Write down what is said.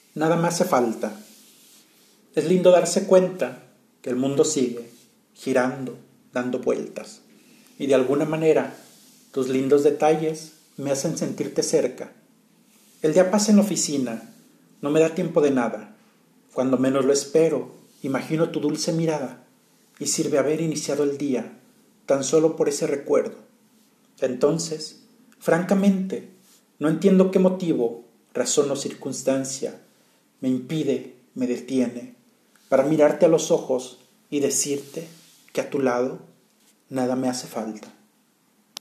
Nada me hace falta. Es lindo darse cuenta que el mundo sigue girando, dando vueltas. Y de alguna manera, tus lindos detalles me hacen sentirte cerca. El día pasa en la oficina, no me da tiempo de nada. Cuando menos lo espero, imagino tu dulce mirada y sirve haber iniciado el día tan solo por ese recuerdo. Entonces, francamente, no entiendo qué motivo, razón o circunstancia me detiene, para mirarte a los ojos y decirte que a tu lado nada me hace falta.